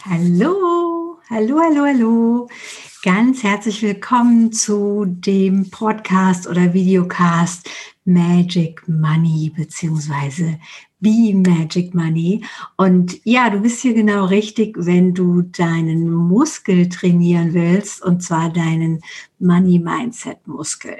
Hallo, hallo, hallo, hallo. Ganz herzlich willkommen zu dem Podcast oder Videocast Magic Money beziehungsweise Be Magic Money. Und ja, du bist hier genau richtig, wenn du deinen Muskel trainieren willst, und zwar deinen Money Mindset Muskel.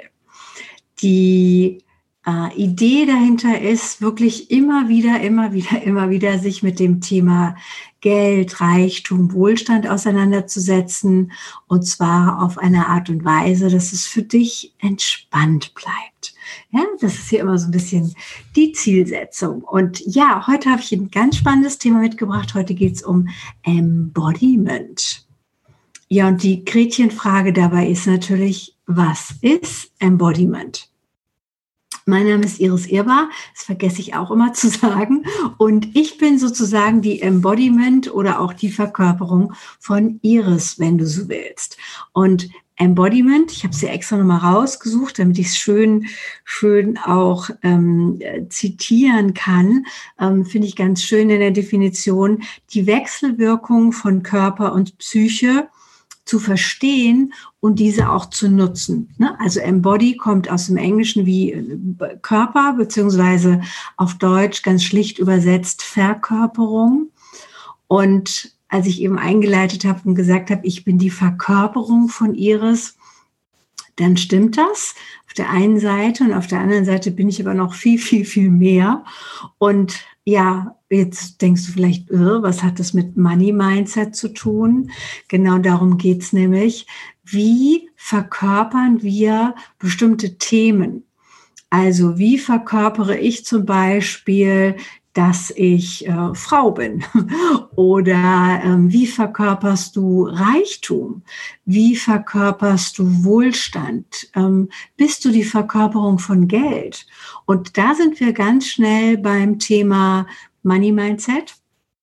Die Idee dahinter ist, wirklich immer wieder sich mit dem Thema Geld, Reichtum, Wohlstand auseinanderzusetzen, und zwar auf eine Art und Weise, dass es für dich entspannt bleibt. Ja, das ist hier immer so ein bisschen die Zielsetzung. Und ja, heute habe ich ein ganz spannendes Thema mitgebracht. Heute geht es um Embodiment. Ja, und die Gretchenfrage dabei ist natürlich, was ist Embodiment? Mein Name ist Iris Irbar, das vergesse ich auch immer zu sagen. Und ich bin sozusagen die Embodiment oder auch die Verkörperung von Iris, wenn du so willst. Und Embodiment, ich habe sie extra nochmal rausgesucht, damit ich es schön auch zitieren kann, finde ich ganz schön in der Definition, die Wechselwirkung von Körper und Psyche zu verstehen und diese auch zu nutzen. Also Embody kommt aus dem Englischen wie Körper, beziehungsweise auf Deutsch ganz schlicht übersetzt Verkörperung. Und als ich eben eingeleitet habe und gesagt habe, ich bin die Verkörperung von Iris, dann stimmt das auf der einen Seite, und auf der anderen Seite bin ich aber noch viel, viel, viel mehr. Und ja, jetzt denkst du vielleicht, was hat das mit Money Mindset zu tun? Genau darum geht es nämlich. Wie verkörpern wir bestimmte Themen? Also wie verkörpere ich zum Beispiel, dass ich Frau bin? Oder wie verkörperst du Reichtum? Wie verkörperst du Wohlstand? Bist du die Verkörperung von Geld? Und da sind wir ganz schnell beim Thema Money Mindset.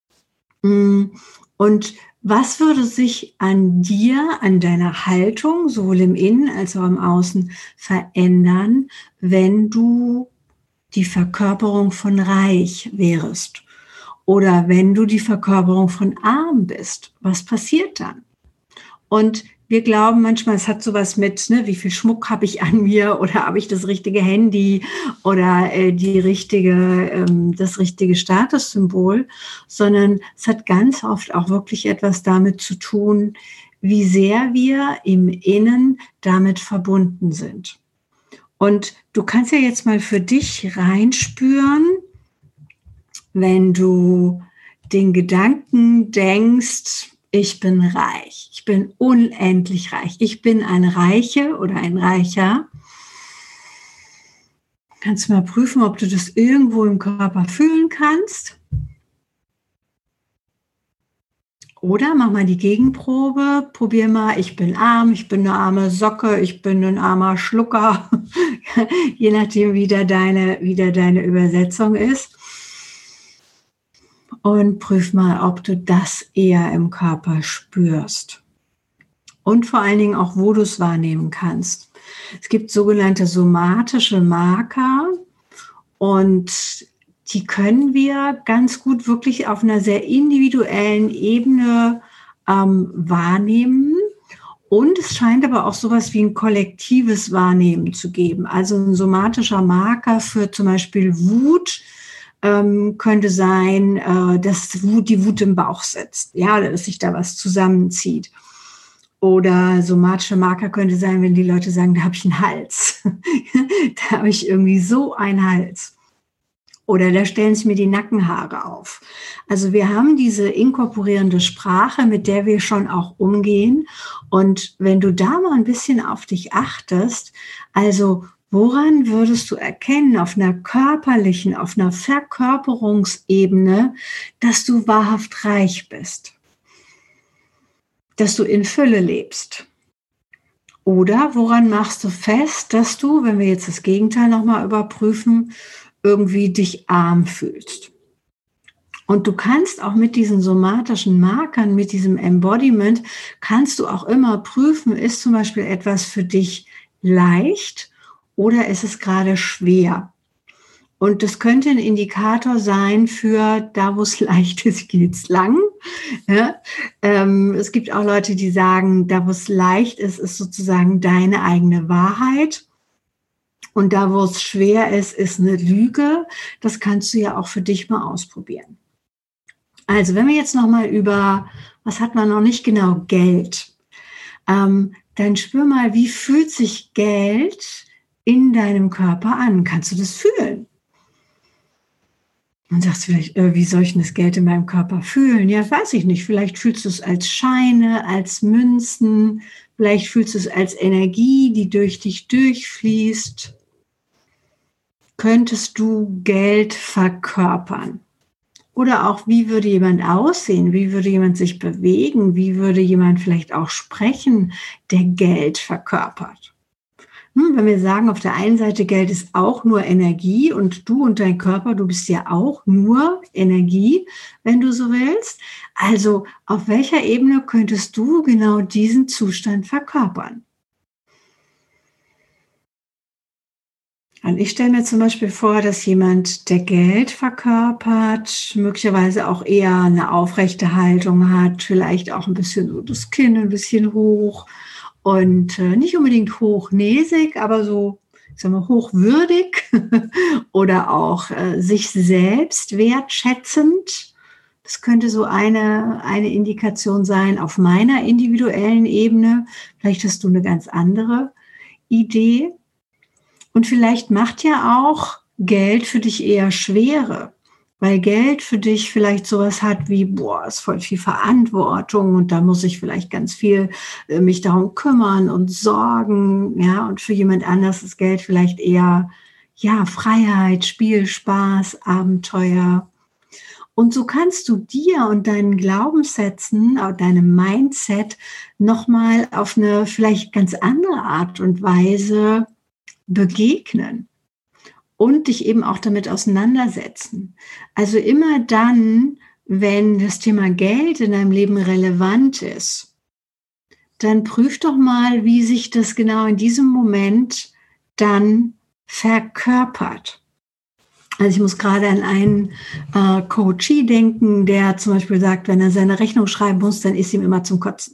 Und was würde sich an dir, an deiner Haltung, sowohl im Innen als auch im Außen, verändern, wenn du die Verkörperung von Reich wärst? Oder wenn du die Verkörperung von Arm bist? Was passiert dann? Und wir glauben manchmal, es hat sowas mit, wie viel Schmuck habe ich an mir, oder habe ich das richtige Handy oder das richtige Statussymbol, sondern es hat ganz oft auch wirklich etwas damit zu tun, wie sehr wir im Innen damit verbunden sind. Und du kannst ja jetzt mal für dich reinspüren, wenn du den Gedanken denkst, ich bin reich, ich bin unendlich reich, ich bin eine Reiche oder ein Reicher. Kannst du mal prüfen, ob du das irgendwo im Körper fühlen kannst. Oder mach mal die Gegenprobe, probier mal, ich bin arm, ich bin eine arme Socke, ich bin ein armer Schlucker, je nachdem, wie da deine Übersetzung ist. Und prüf mal, ob du das eher im Körper spürst. Und vor allen Dingen auch, wo du es wahrnehmen kannst. Es gibt sogenannte somatische Marker, und die können wir ganz gut wirklich auf einer sehr individuellen Ebene wahrnehmen. Und es scheint aber auch sowas wie ein kollektives Wahrnehmen zu geben. Also ein somatischer Marker für zum Beispiel Wut könnte sein, dass die Wut im Bauch sitzt, ja, oder dass sich da was zusammenzieht. Oder somatische Marker könnte sein, wenn die Leute sagen, da habe ich einen Hals. Da habe ich irgendwie so einen Hals. Oder da stellen sich mir die Nackenhaare auf. Also wir haben diese inkorporierende Sprache, mit der wir schon auch umgehen. Und wenn du da mal ein bisschen auf dich achtest, also woran würdest du erkennen auf einer körperlichen, auf einer Verkörperungsebene, dass du wahrhaft reich bist? Dass du in Fülle lebst? Oder woran machst du fest, dass du, wenn wir jetzt das Gegenteil nochmal überprüfen, irgendwie dich arm fühlst? Und du kannst auch mit diesen somatischen Markern, mit diesem Embodiment, kannst du auch immer prüfen, ist zum Beispiel etwas für dich leicht oder ist es gerade schwer? Und das könnte ein Indikator sein für da, wo es leicht ist, geht's lang. Ja? Es gibt auch Leute, die sagen, da, wo es leicht ist, ist sozusagen deine eigene Wahrheit. Und da, wo es schwer ist, ist eine Lüge. Das kannst du ja auch für dich mal ausprobieren. Also, wenn wir jetzt nochmal über, was hat man noch nicht genau, Geld, dann spür mal, wie fühlt sich Geld in deinem Körper an? Kannst du das fühlen? Und sagst vielleicht, wie soll ich denn das Geld in meinem Körper fühlen? Ja, weiß ich nicht. Vielleicht fühlst du es als Scheine, als Münzen. Vielleicht fühlst du es als Energie, die durch dich durchfließt. Könntest du Geld verkörpern? Oder auch, wie würde jemand aussehen? Wie würde jemand sich bewegen? Wie würde jemand vielleicht auch sprechen, der Geld verkörpert? Wenn wir sagen, auf der einen Seite, Geld ist auch nur Energie und du und dein Körper, du bist ja auch nur Energie, wenn du so willst. Also auf welcher Ebene könntest du genau diesen Zustand verkörpern? Und ich stelle mir zum Beispiel vor, dass jemand, der Geld verkörpert, möglicherweise auch eher eine aufrechte Haltung hat, vielleicht auch ein bisschen so das Kinn ein bisschen hoch und nicht unbedingt hochnäsig, aber so, ich sag mal, hochwürdig oder auch sich selbst wertschätzend. Das könnte so eine Indikation sein auf meiner individuellen Ebene. Vielleicht hast du eine ganz andere Idee. Und vielleicht macht ja auch Geld für dich eher Schwere, weil Geld für dich vielleicht sowas hat wie, boah, ist voll viel Verantwortung und da muss ich vielleicht ganz viel mich darum kümmern und sorgen, ja, und für jemand anders ist Geld vielleicht eher, ja, Freiheit, Spiel, Spaß, Abenteuer. Und so kannst du dir und deinen Glaubenssätzen, deinem Mindset nochmal auf eine vielleicht ganz andere Art und Weise begegnen und dich eben auch damit auseinandersetzen. Also immer dann, wenn das Thema Geld in deinem Leben relevant ist, dann prüf doch mal, wie sich das genau in diesem Moment dann verkörpert. Also ich muss gerade an einen Coachee denken, der zum Beispiel sagt, wenn er seine Rechnung schreiben muss, dann ist ihm immer zum Kotzen.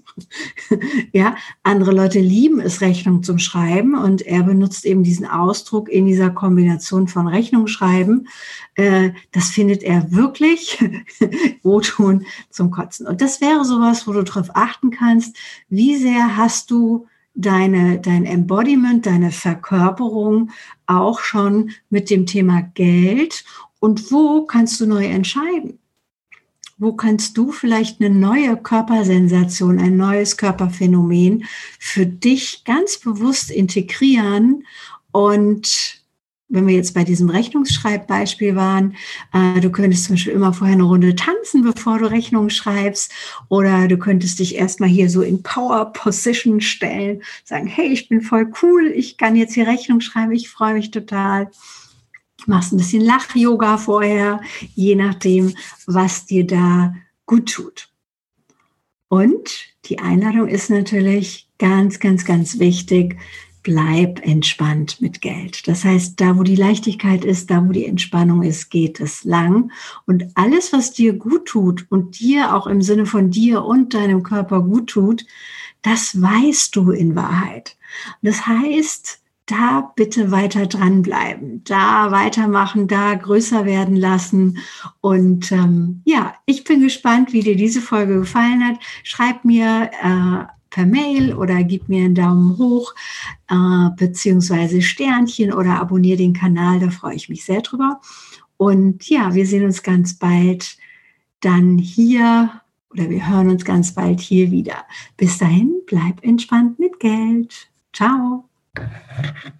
Ja, andere Leute lieben es, Rechnung zum Schreiben und er benutzt eben diesen Ausdruck in dieser Kombination von Rechnung schreiben. Das findet er wirklich O-Ton zum Kotzen. Und das wäre sowas, wo du darauf achten kannst, wie sehr hast du dein Embodiment, deine Verkörperung auch schon mit dem Thema Geld und wo kannst du neu entscheiden? Wo kannst du vielleicht eine neue Körpersensation, ein neues Körperphänomen für dich ganz bewusst integrieren? Und wenn wir jetzt bei diesem Rechnungsschreibbeispiel waren, du könntest zum Beispiel immer vorher eine Runde tanzen, bevor du Rechnungen schreibst, oder du könntest dich erstmal hier so in Power Position stellen, sagen, hey, ich bin voll cool, ich kann jetzt hier Rechnung schreiben, ich freue mich total. Machst ein bisschen Lach-Yoga vorher, je nachdem, was dir da gut tut. Und die Einladung ist natürlich ganz, ganz, ganz wichtig, bleib entspannt mit Geld. Das heißt, da wo die Leichtigkeit ist, da wo die Entspannung ist, geht es lang. Und alles, was dir gut tut und dir auch im Sinne von dir und deinem Körper gut tut, das weißt du in Wahrheit. Das heißt, da bitte weiter dranbleiben, da weitermachen, da größer werden lassen. Und ja, ich bin gespannt, wie dir diese Folge gefallen hat. Schreib mir per Mail oder gib mir einen Daumen hoch, beziehungsweise Sternchen oder abonniere den Kanal, da freue ich mich sehr drüber. Und ja, wir sehen uns ganz bald dann hier oder wir hören uns ganz bald hier wieder. Bis dahin, bleib entspannt mit Geld. Ciao.